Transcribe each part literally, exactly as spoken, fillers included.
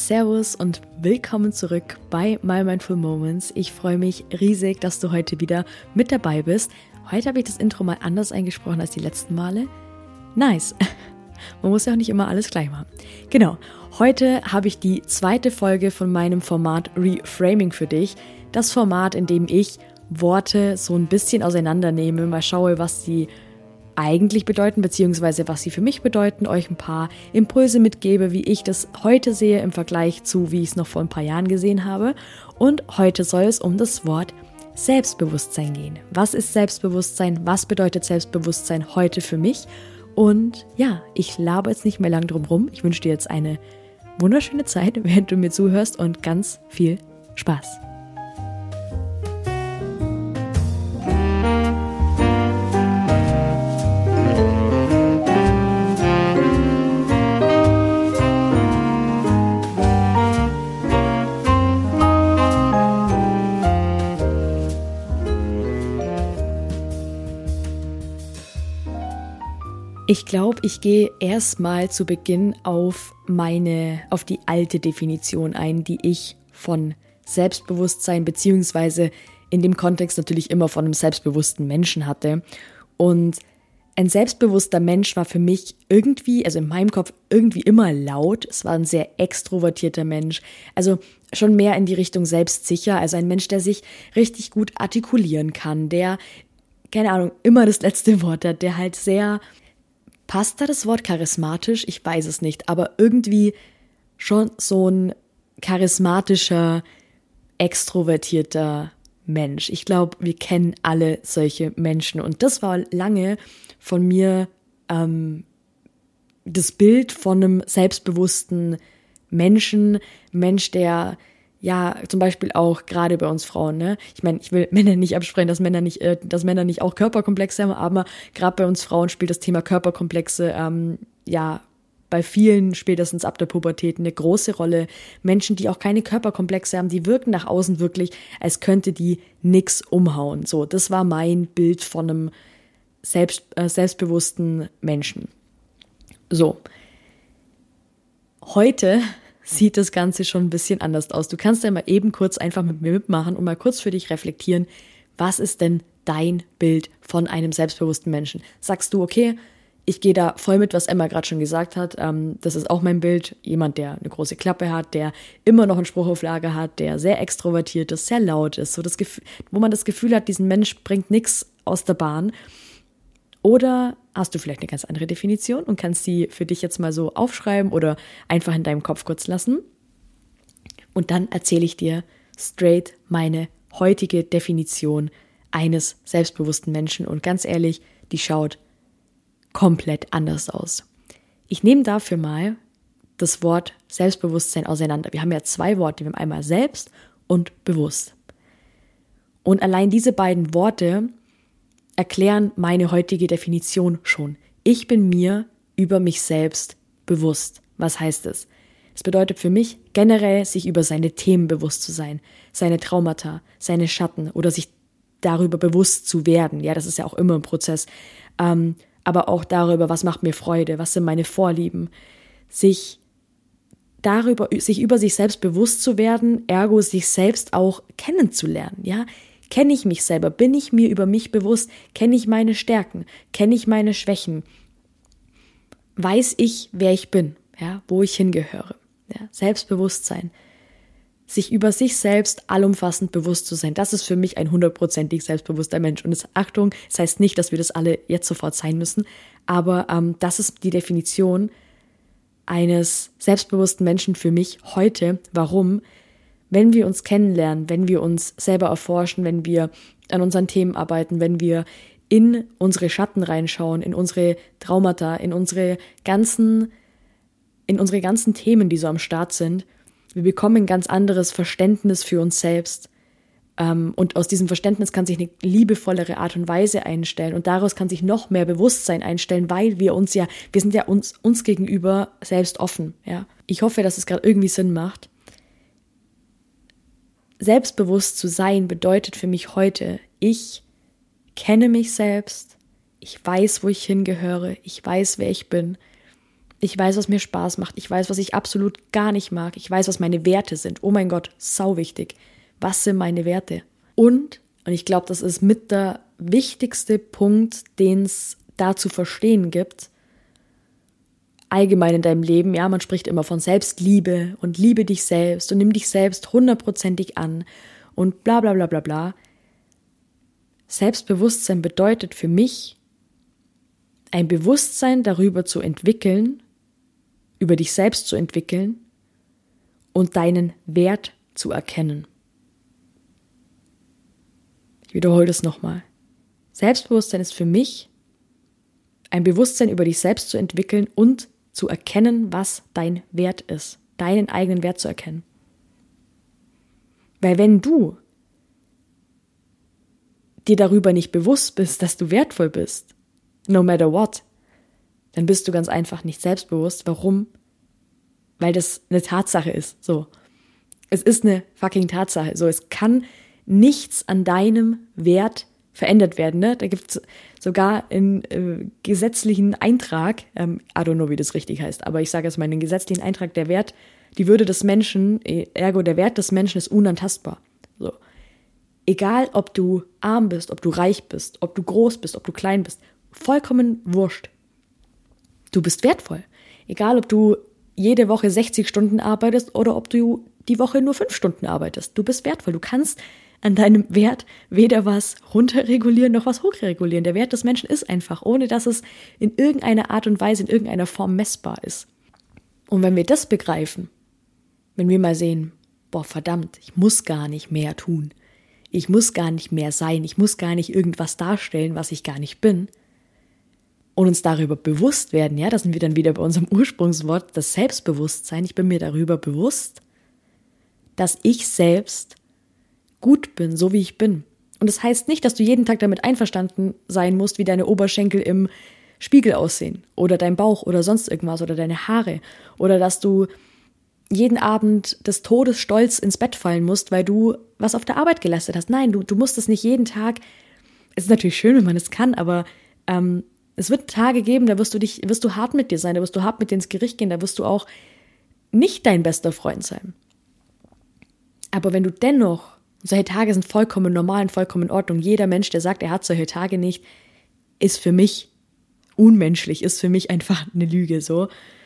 Servus und willkommen zurück bei My Mindful Moments. Ich freue mich riesig, dass du heute wieder mit dabei bist. Heute habe ich das Intro mal anders eingesprochen als die letzten Male. Nice. Man muss ja auch nicht immer alles gleich machen. Genau, heute habe ich die zweite Folge von meinem Format Reframing für dich. Das Format, in dem ich Worte so ein bisschen auseinandernehme, mal schaue, was sie eigentlich bedeuten, beziehungsweise was sie für mich bedeuten, euch ein paar Impulse mitgebe, wie ich das heute sehe im Vergleich zu, wie ich es noch vor ein paar Jahren gesehen habe. Und heute soll es um das Wort Selbstbewusstsein gehen. Was ist Selbstbewusstsein? Was bedeutet Selbstbewusstsein heute für mich? Und ja, ich laber jetzt nicht mehr lang drum rum. Ich wünsche dir jetzt eine wunderschöne Zeit, während du mir zuhörst und ganz viel Spaß. Ich glaube, ich gehe erstmal zu Beginn auf meine, auf die alte Definition ein, die ich von Selbstbewusstsein beziehungsweise in dem Kontext natürlich immer von einem selbstbewussten Menschen hatte. Und ein selbstbewusster Mensch war für mich irgendwie, also in meinem Kopf irgendwie immer laut. Es war ein sehr extrovertierter Mensch, also schon mehr in die Richtung selbstsicher, also ein Mensch, der sich richtig gut artikulieren kann, der, keine Ahnung, immer das letzte Wort hat, der halt sehr... Passt da das Wort charismatisch? Ich weiß es nicht, aber irgendwie schon so ein charismatischer, extrovertierter Mensch. Ich glaube, wir kennen alle solche Menschen und das war lange von mir ähm, das Bild von einem selbstbewussten Menschen, Mensch, der ja, zum Beispiel auch gerade bei uns Frauen, ne? Ich meine, ich will Männer nicht absprechen, dass Männer nicht, äh, dass Männer nicht auch Körperkomplexe haben, aber gerade bei uns Frauen spielt das Thema Körperkomplexe, ähm, ja, bei vielen spätestens ab der Pubertät eine große Rolle. Menschen, die auch keine Körperkomplexe haben, die wirken nach außen wirklich, als könnte die nix umhauen. So, das war mein Bild von einem selbst, äh, selbstbewussten Menschen. So. Heute sieht das Ganze schon ein bisschen anders aus. Du kannst ja mal eben kurz einfach mit mir mitmachen und mal kurz für dich reflektieren, was ist denn dein Bild von einem selbstbewussten Menschen? Sagst du, okay, ich gehe da voll mit, was Emma gerade schon gesagt hat, ähm, das ist auch mein Bild, jemand, der eine große Klappe hat, der immer noch einen Spruch auf Lager hat, der sehr extrovertiert ist, sehr laut ist, so das Gefühl, wo man das Gefühl hat, diesen Mensch bringt nichts aus der Bahn. Oder hast du vielleicht eine ganz andere Definition und kannst sie für dich jetzt mal so aufschreiben oder einfach in deinem Kopf kurz lassen? Und dann erzähle ich dir straight meine heutige Definition eines selbstbewussten Menschen. Und ganz ehrlich, die schaut komplett anders aus. Ich nehme dafür mal das Wort Selbstbewusstsein auseinander. Wir haben ja zwei Worte, wir haben einmal selbst und bewusst. Und allein diese beiden Worte erklären meine heutige Definition schon. Ich bin mir über mich selbst bewusst. Was heißt es? Es bedeutet für mich generell, sich über seine Themen bewusst zu sein, seine Traumata, seine Schatten oder sich darüber bewusst zu werden. Ja, das ist ja auch immer ein Prozess. Ähm, aber auch darüber, was macht mir Freude, was sind meine Vorlieben. Sich darüber, sich über sich selbst bewusst zu werden, ergo sich selbst auch kennenzulernen, ja. Kenne ich mich selber? Bin ich mir über mich bewusst? Kenne ich meine Stärken? Kenne ich meine Schwächen? Weiß ich, wer ich bin? Ja, wo ich hingehöre? Ja, Selbstbewusstsein. Sich über sich selbst allumfassend bewusst zu sein, das ist für mich ein hundertprozentig selbstbewusster Mensch. Und das, Achtung, das heißt nicht, dass wir das alle jetzt sofort sein müssen, aber ähm, das ist die Definition eines selbstbewussten Menschen für mich heute. Warum? Wenn wir uns kennenlernen, wenn wir uns selber erforschen, wenn wir an unseren Themen arbeiten, wenn wir in unsere Schatten reinschauen, in unsere Traumata, in unsere ganzen, in unsere ganzen Themen, die so am Start sind, wir bekommen ein ganz anderes Verständnis für uns selbst. Und aus diesem Verständnis kann sich eine liebevollere Art und Weise einstellen und daraus kann sich noch mehr Bewusstsein einstellen, weil wir uns ja, wir sind ja uns, uns gegenüber selbst offen. Ja. Ich hoffe, dass es gerade irgendwie Sinn macht. Selbstbewusst zu sein bedeutet für mich heute, ich kenne mich selbst, ich weiß, wo ich hingehöre, ich weiß, wer ich bin Ich weiß, was mir Spaß macht. Ich weiß, was ich absolut gar nicht mag. Ich weiß, was meine Werte sind. Oh mein Gott, sau wichtig. Was sind meine Werte? Und, und ich glaube, das ist mit der wichtigste Punkt, den es da zu verstehen gibt, allgemein in deinem Leben. Ja, man spricht immer von Selbstliebe und liebe dich selbst und nimm dich selbst hundertprozentig an und bla bla bla bla bla. Selbstbewusstsein bedeutet für mich, ein Bewusstsein darüber zu entwickeln, über dich selbst zu entwickeln und deinen Wert zu erkennen. Ich wiederhole das nochmal. Selbstbewusstsein ist für mich, ein Bewusstsein über dich selbst zu entwickeln und zu erkennen, was dein Wert ist, deinen eigenen Wert zu erkennen. Weil wenn du dir darüber nicht bewusst bist, dass du wertvoll bist, no matter what, dann bist du ganz einfach nicht selbstbewusst. Warum? Weil das eine Tatsache ist. So, es ist eine fucking Tatsache. So, es kann nichts an deinem Wert verändert werden. Ne? Da gibt es sogar einen äh, gesetzlichen Eintrag, ähm, I don't know, wie das richtig heißt, aber ich sage jetzt mal einen gesetzlichen Eintrag, der Wert, die Würde des Menschen, ergo der Wert des Menschen ist unantastbar. So. Egal, ob du arm bist, ob du reich bist, ob du groß bist, ob du klein bist, vollkommen wurscht. Du bist wertvoll. Egal, ob du jede Woche sechzig Stunden arbeitest oder ob du die Woche nur fünf Stunden arbeitest. Du bist wertvoll. Du kannst an deinem Wert weder was runterregulieren noch was hochregulieren. Der Wert des Menschen ist einfach, ohne dass es in irgendeiner Art und Weise, in irgendeiner Form messbar ist. Und wenn wir das begreifen, wenn wir mal sehen, boah, verdammt, ich muss gar nicht mehr tun. Ich muss gar nicht mehr sein. Ich muss gar nicht irgendwas darstellen, was ich gar nicht bin. Und uns darüber bewusst werden, ja, da sind wir dann wieder bei unserem Ursprungswort, das Selbstbewusstsein. Ich bin mir darüber bewusst, dass ich selbst gut bin, so wie ich bin. Und das heißt nicht, dass du jeden Tag damit einverstanden sein musst, wie deine Oberschenkel im Spiegel aussehen oder dein Bauch oder sonst irgendwas oder deine Haare oder dass du jeden Abend des Todes stolz ins Bett fallen musst, weil du was auf der Arbeit geleistet hast. Nein, du, du musst es nicht jeden Tag. Es ist natürlich schön, wenn man es kann, aber ähm, es wird Tage geben, da wirst du dich, wirst du hart mit dir sein, da wirst du hart mit dir ins Gericht gehen, da wirst du auch nicht dein bester Freund sein. Aber wenn du dennoch, solche Tage sind vollkommen normal und vollkommen in Ordnung, jeder Mensch, der sagt, er hat solche Tage nicht, ist für mich unmenschlich, ist für mich einfach eine Lüge, so.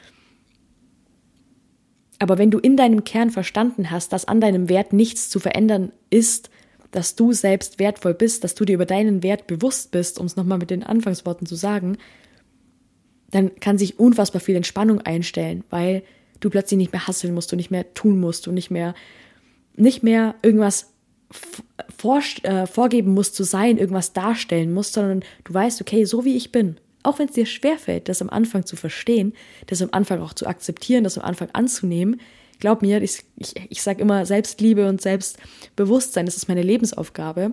Aber wenn du in deinem Kern verstanden hast, dass an deinem Wert nichts zu verändern ist, dass du selbst wertvoll bist, dass du dir über deinen Wert bewusst bist, um es nochmal mit den Anfangsworten zu sagen, dann kann sich unfassbar viel Entspannung einstellen, weil du plötzlich nicht mehr hasseln musst, du nicht mehr tun musst, du nicht mehr, nicht mehr irgendwas vor, äh, vorgeben musst zu sein, irgendwas darstellen musst, sondern du weißt, okay, so wie ich bin, auch wenn es dir schwerfällt, das am Anfang zu verstehen, das am Anfang auch zu akzeptieren, das am Anfang anzunehmen, glaub mir, ich, ich, ich sage immer Selbstliebe und Selbstbewusstsein, das ist meine Lebensaufgabe.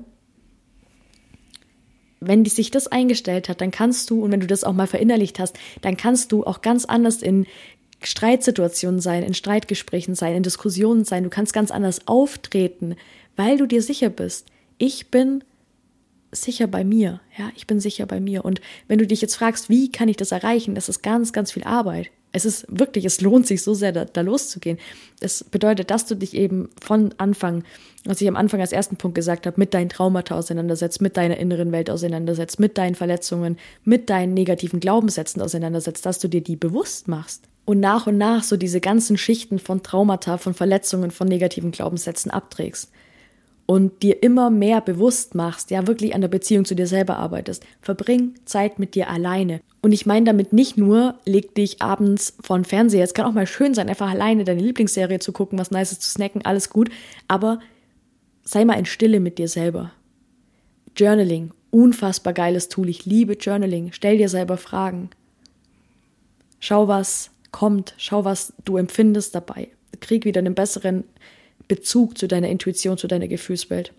Wenn sich das eingestellt hat, dann kannst du, und wenn du das auch mal verinnerlicht hast, dann kannst du auch ganz anders in Streitsituationen sein, in Streitgesprächen sein, in Diskussionen sein. Du kannst ganz anders auftreten, weil du dir sicher bist. Ich bin sicher bei mir, ja, ich bin sicher bei mir. Und wenn du dich jetzt fragst, wie kann ich das erreichen, das ist ganz, ganz viel Arbeit. Es ist wirklich, es lohnt sich so sehr, da, da loszugehen. Es bedeutet, dass du dich eben von Anfang, was ich am Anfang als ersten Punkt gesagt habe, mit deinen Traumata auseinandersetzt, mit deiner inneren Welt auseinandersetzt, mit deinen Verletzungen, mit deinen negativen Glaubenssätzen auseinandersetzt, dass du dir die bewusst machst und nach und nach so diese ganzen Schichten von Traumata, von Verletzungen, von negativen Glaubenssätzen abträgst. Und dir immer mehr bewusst machst, ja, wirklich an der Beziehung zu dir selber arbeitest. Verbring Zeit mit dir alleine. Und ich meine damit nicht nur, leg dich abends vor den Fernseher. Es kann auch mal schön sein, einfach alleine deine Lieblingsserie zu gucken, was Nices zu snacken, alles gut. Aber sei mal in Stille mit dir selber. Journaling, unfassbar geiles Tool. Ich liebe Journaling. Stell dir selber Fragen. Schau, was kommt. Schau, was du empfindest dabei. Krieg wieder einen besseren Bezug zu deiner Intuition, zu deiner Gefühlswelt.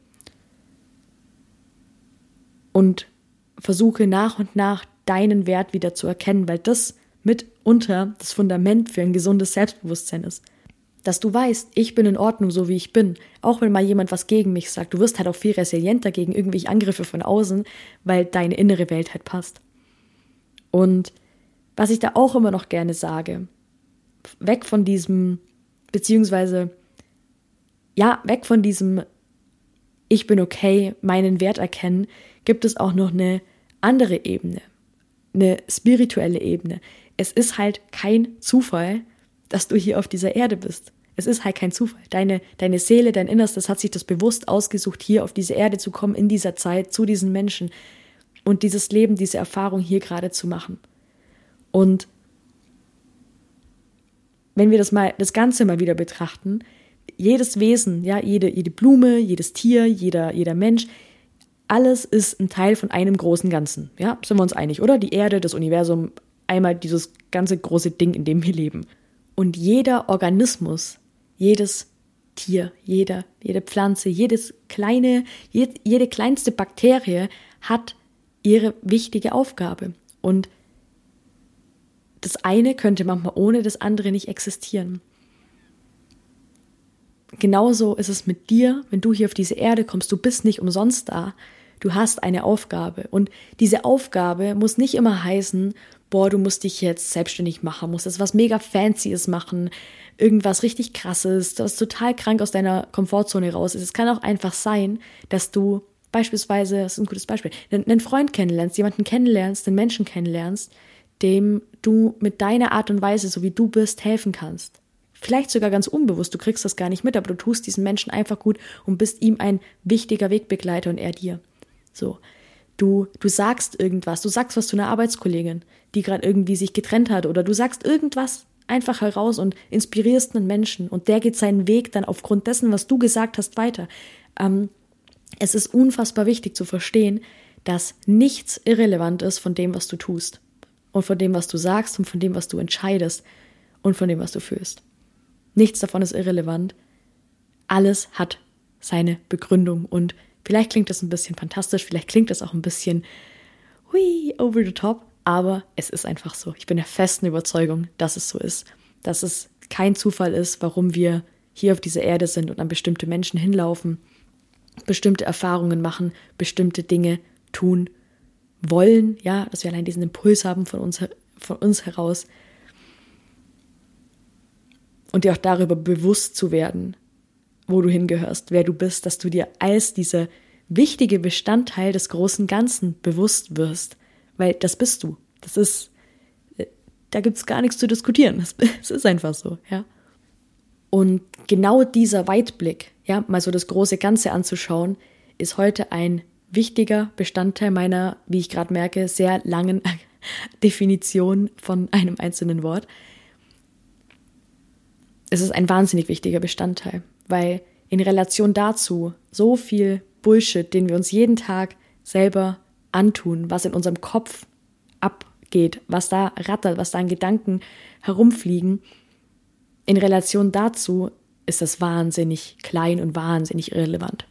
Und versuche nach und nach deinen Wert wieder zu erkennen, weil das mitunter das Fundament für ein gesundes Selbstbewusstsein ist. Dass du weißt, ich bin in Ordnung, so wie ich bin, auch wenn mal jemand was gegen mich sagt. Du wirst halt auch viel resilienter gegen irgendwelche Angriffe von außen, weil deine innere Welt halt passt. Und was ich da auch immer noch gerne sage, weg von diesem, beziehungsweise, ja, weg von diesem ich bin okay, meinen Wert erkennen, gibt es auch noch eine andere Ebene, eine spirituelle Ebene. Es ist halt kein Zufall, dass du hier auf dieser Erde bist. Es ist halt kein Zufall. Deine, deine Seele, dein Innerstes hat sich das bewusst ausgesucht, hier auf diese Erde zu kommen, in dieser Zeit, zu diesen Menschen und dieses Leben, diese Erfahrung hier gerade zu machen. Und wenn wir das mal, das Ganze mal wieder betrachten, jedes Wesen, ja, jede, jede Blume, jedes Tier, jeder, jeder Mensch, alles ist ein Teil von einem großen Ganzen. Ja, sind wir uns einig, oder? Die Erde, das Universum, einmal dieses ganze große Ding, in dem wir leben. Und jeder Organismus, jedes Tier, jeder, jede Pflanze, jedes kleine, jede, jede kleinste Bakterie hat ihre wichtige Aufgabe. Und das eine könnte manchmal ohne das andere nicht existieren. Genauso ist es mit dir, wenn du hier auf diese Erde kommst. Du bist nicht umsonst da. Du hast eine Aufgabe. Und diese Aufgabe muss nicht immer heißen, boah, du musst dich jetzt selbstständig machen, musst jetzt was mega Fancyes machen, irgendwas richtig Krasses, was total krank aus deiner Komfortzone raus ist. Es kann auch einfach sein, dass du beispielsweise, das ist ein gutes Beispiel, einen Freund kennenlernst, jemanden kennenlernst, einen Menschen kennenlernst, dem du mit deiner Art und Weise, so wie du bist, helfen kannst. Vielleicht sogar ganz unbewusst, du kriegst das gar nicht mit, aber du tust diesen Menschen einfach gut und bist ihm ein wichtiger Wegbegleiter und er dir. So, du, du sagst irgendwas, du sagst was zu einer Arbeitskollegin, die gerade irgendwie sich getrennt hat, oder du sagst irgendwas einfach heraus und inspirierst einen Menschen und der geht seinen Weg dann aufgrund dessen, was du gesagt hast, weiter. Ähm, es ist unfassbar wichtig zu verstehen, dass nichts irrelevant ist von dem, was du tust und von dem, was du sagst und von dem, was du entscheidest und von dem, was du fühlst. Nichts davon ist irrelevant. Alles hat seine Begründung und vielleicht klingt das ein bisschen fantastisch, vielleicht klingt das auch ein bisschen hui, over the top, aber es ist einfach so. Ich bin der festen Überzeugung, dass es so ist, dass es kein Zufall ist, warum wir hier auf dieser Erde sind und an bestimmte Menschen hinlaufen, bestimmte Erfahrungen machen, bestimmte Dinge tun wollen, ja, dass wir allein diesen Impuls haben von uns, von uns heraus. Und dir auch darüber bewusst zu werden, wo du hingehörst, wer du bist, dass du dir als dieser wichtige Bestandteil des großen Ganzen bewusst wirst. Weil das bist du. Das ist, da gibt es gar nichts zu diskutieren. Das, das ist einfach so, ja. Und genau dieser Weitblick, ja, mal so das große Ganze anzuschauen, ist heute ein wichtiger Bestandteil meiner, wie ich gerade merke, sehr langen Definition von einem einzelnen Wort. Es ist ein wahnsinnig wichtiger Bestandteil, weil in Relation dazu so viel Bullshit, den wir uns jeden Tag selber antun, was in unserem Kopf abgeht, was da rattert, was da an Gedanken herumfliegen, in Relation dazu ist das wahnsinnig klein und wahnsinnig irrelevant.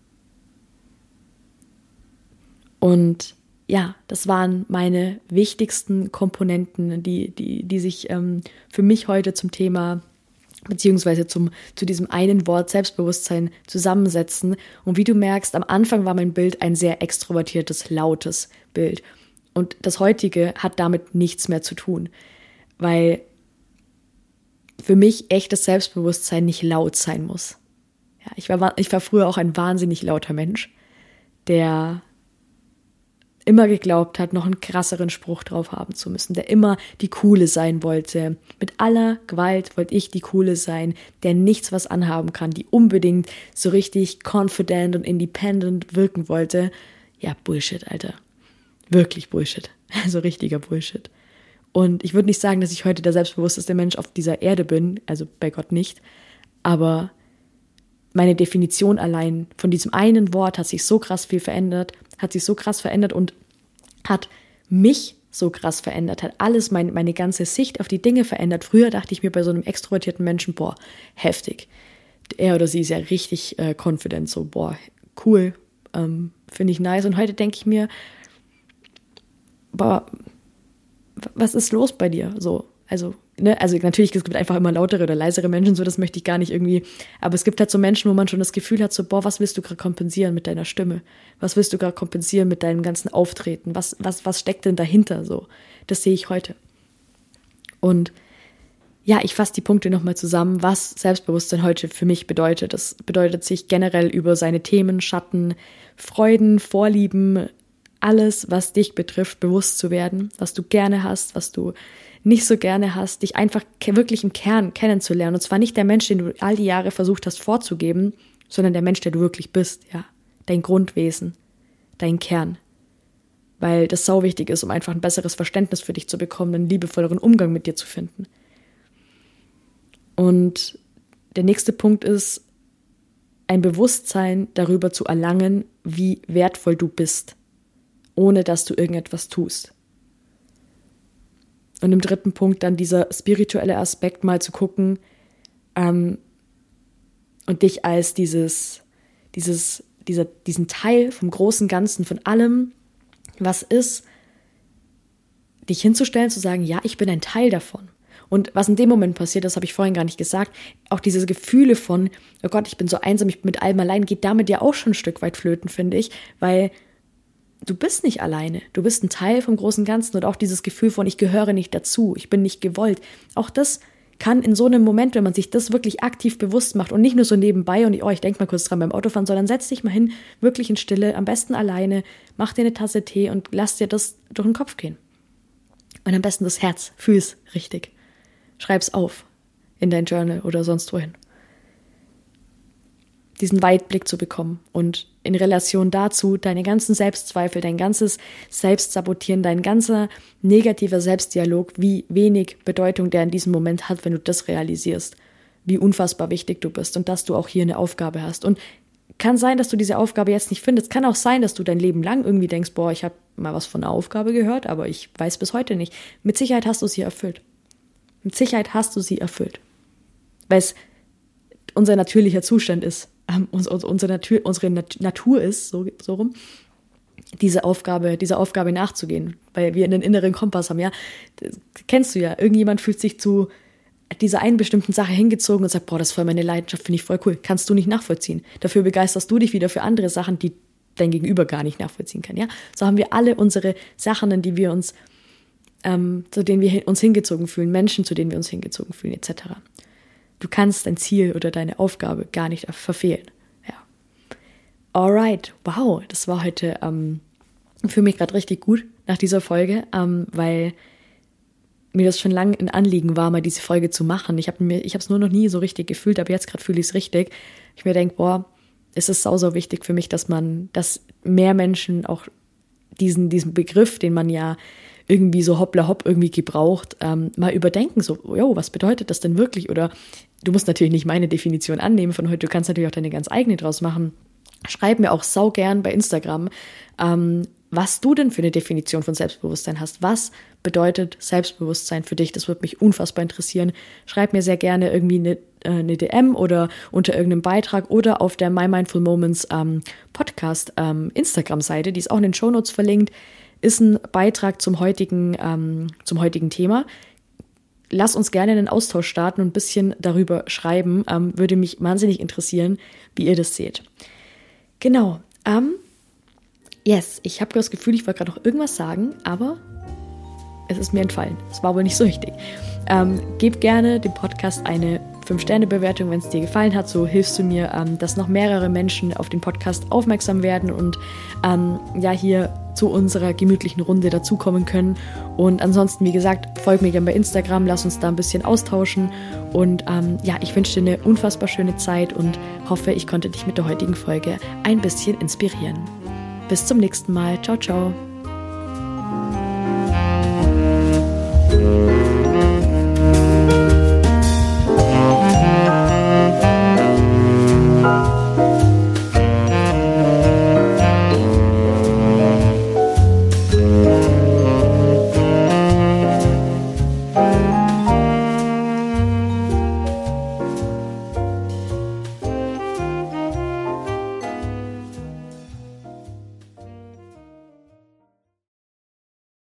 Und ja, das waren meine wichtigsten Komponenten, die, die, die sich ähm, für mich heute zum Thema beziehungsweise zum, zu diesem einen Wort Selbstbewusstsein zusammensetzen. Und wie du merkst, am Anfang war mein Bild ein sehr extrovertiertes, lautes Bild. Und das heutige hat damit nichts mehr zu tun, weil für mich echtes Selbstbewusstsein nicht laut sein muss. Ja, ich war, ich war früher auch ein wahnsinnig lauter Mensch, der immer geglaubt hat, noch einen krasseren Spruch drauf haben zu müssen, der immer die Coole sein wollte. Mit aller Gewalt wollte ich die Coole sein, der nichts was anhaben kann, die unbedingt so richtig confident und independent wirken wollte. Ja, Bullshit, Alter. Wirklich Bullshit. Also richtiger Bullshit. Und ich würde nicht sagen, dass ich heute der selbstbewussteste Mensch auf dieser Erde bin, also bei Gott nicht, aber meine Definition allein von diesem einen Wort hat sich so krass viel verändert, hat sich so krass verändert und hat mich so krass verändert, hat alles, mein, meine ganze Sicht auf die Dinge verändert. Früher dachte ich mir bei so einem extrovertierten Menschen, boah, heftig. Er oder sie ist ja richtig äh, confident, so, boah, cool, ähm, finde ich nice. Und heute denke ich mir, boah, was ist los bei dir? So, also, ne, also natürlich, es gibt einfach immer lautere oder leisere Menschen, so, das möchte ich gar nicht irgendwie, aber es gibt halt so Menschen, wo man schon das Gefühl hat, so, boah, was willst du gerade kompensieren mit deiner Stimme? Was willst du gerade kompensieren mit deinem ganzen Auftreten? Was, was, was steckt denn dahinter, so? Das sehe ich heute. Und ja, ich fasse die Punkte nochmal zusammen, was Selbstbewusstsein heute für mich bedeutet. Das bedeutet, sich generell über seine Themen, Schatten, Freuden, Vorlieben, alles, was dich betrifft, bewusst zu werden, was du gerne hast, was du nicht so gerne hast, dich einfach wirklich im Kern kennenzulernen. Und zwar nicht der Mensch, den du all die Jahre versucht hast vorzugeben, sondern der Mensch, der du wirklich bist, ja. Dein Grundwesen, dein Kern. Weil das sau wichtig ist, um einfach ein besseres Verständnis für dich zu bekommen, einen liebevolleren Umgang mit dir zu finden. Und der nächste Punkt ist, ein Bewusstsein darüber zu erlangen, wie wertvoll du bist, ohne dass du irgendetwas tust. Und im dritten Punkt dann dieser spirituelle Aspekt, mal zu gucken ähm, und dich als dieses, dieses, dieser, diesen Teil vom großen Ganzen, von allem, was ist, dich hinzustellen, zu sagen, ja, ich bin ein Teil davon. Und was in dem Moment passiert, das habe ich vorhin gar nicht gesagt, auch diese Gefühle von, oh Gott, ich bin so einsam, ich bin mit allem allein, geht damit ja auch schon ein Stück weit flöten, finde ich, weil du bist nicht alleine, du bist ein Teil vom großen Ganzen und auch dieses Gefühl von, ich gehöre nicht dazu, ich bin nicht gewollt, auch das kann in so einem Moment, wenn man sich das wirklich aktiv bewusst macht und nicht nur so nebenbei und oh, ich denke mal kurz dran beim Autofahren, sondern setz dich mal hin, wirklich in Stille, am besten alleine, mach dir eine Tasse Tee und lass dir das durch den Kopf gehen. Und am besten das Herz, fühl's richtig. Schreib's auf in dein Journal oder sonst wohin. Diesen Weitblick zu bekommen und in Relation dazu deine ganzen Selbstzweifel, dein ganzes Selbstsabotieren, dein ganzer negativer Selbstdialog, wie wenig Bedeutung der in diesem Moment hat, wenn du das realisierst, wie unfassbar wichtig du bist und dass du auch hier eine Aufgabe hast. Und kann sein, dass du diese Aufgabe jetzt nicht findest. Kann auch sein, dass du dein Leben lang irgendwie denkst, boah, ich habe mal was von einer Aufgabe gehört, aber ich weiß bis heute nicht. Mit Sicherheit hast du sie erfüllt. Mit Sicherheit hast du sie erfüllt. Weil es unser natürlicher Zustand ist, ähm, unsere, Natur, unsere Natur ist, so, so rum, diese Aufgabe, dieser Aufgabe nachzugehen. Weil wir einen inneren Kompass haben, ja. Das kennst du ja. Irgendjemand fühlt sich zu dieser einen bestimmten Sache hingezogen und sagt, boah, das ist voll meine Leidenschaft, finde ich voll cool. Kannst du nicht nachvollziehen. Dafür begeisterst du dich wieder für andere Sachen, die dein Gegenüber gar nicht nachvollziehen kann, ja. So haben wir alle unsere Sachen, in die wir uns Ähm, zu denen wir uns hingezogen fühlen, Menschen, zu denen wir uns hingezogen fühlen, et cetera. Du kannst dein Ziel oder deine Aufgabe gar nicht verfehlen. Ja. Alright, wow, das war heute ähm, für mich gerade richtig gut nach dieser Folge, ähm, weil mir das schon lange ein Anliegen war, mal diese Folge zu machen. Ich habe mir, ich habe es nur noch nie so richtig gefühlt, aber jetzt gerade fühle ich es richtig. Ich mir denke, boah, es ist sau, sau wichtig für mich, dass man, dass mehr Menschen auch diesen, diesen Begriff, den man ja irgendwie so hoppla hopp irgendwie gebraucht, ähm, mal überdenken, so, jo, was bedeutet das denn wirklich? Oder du musst natürlich nicht meine Definition annehmen von heute, du kannst natürlich auch deine ganz eigene draus machen. Schreib mir auch sau gern bei Instagram, ähm, was du denn für eine Definition von Selbstbewusstsein hast. Was bedeutet Selbstbewusstsein für dich? Das würde mich unfassbar interessieren. Schreib mir sehr gerne irgendwie eine, äh, eine D M oder unter irgendeinem Beitrag oder auf der My Mindful Moments ähm, Podcast ähm, Instagram-Seite, die ist auch in den Shownotes verlinkt, ist ein Beitrag zum heutigen, ähm, zum heutigen Thema. Lass uns gerne einen Austausch starten und ein bisschen darüber schreiben. Ähm, würde mich wahnsinnig interessieren, wie ihr das seht. Genau. Ähm, yes, ich habe das Gefühl, ich wollte gerade noch irgendwas sagen, aber es ist mir entfallen. Es war wohl nicht so richtig. Ähm, gib gerne dem Podcast eine fünf Sterne Bewertung, wenn es dir gefallen hat. So hilfst du mir, ähm, dass noch mehrere Menschen auf den Podcast aufmerksam werden und ähm, ja hier zu unserer gemütlichen Runde dazukommen können. Und ansonsten, wie gesagt, folg mir gerne bei Instagram, lass uns da ein bisschen austauschen. Und ähm, ja, ich wünsche dir eine unfassbar schöne Zeit und hoffe, ich konnte dich mit der heutigen Folge ein bisschen inspirieren. Bis zum nächsten Mal. Ciao, ciao.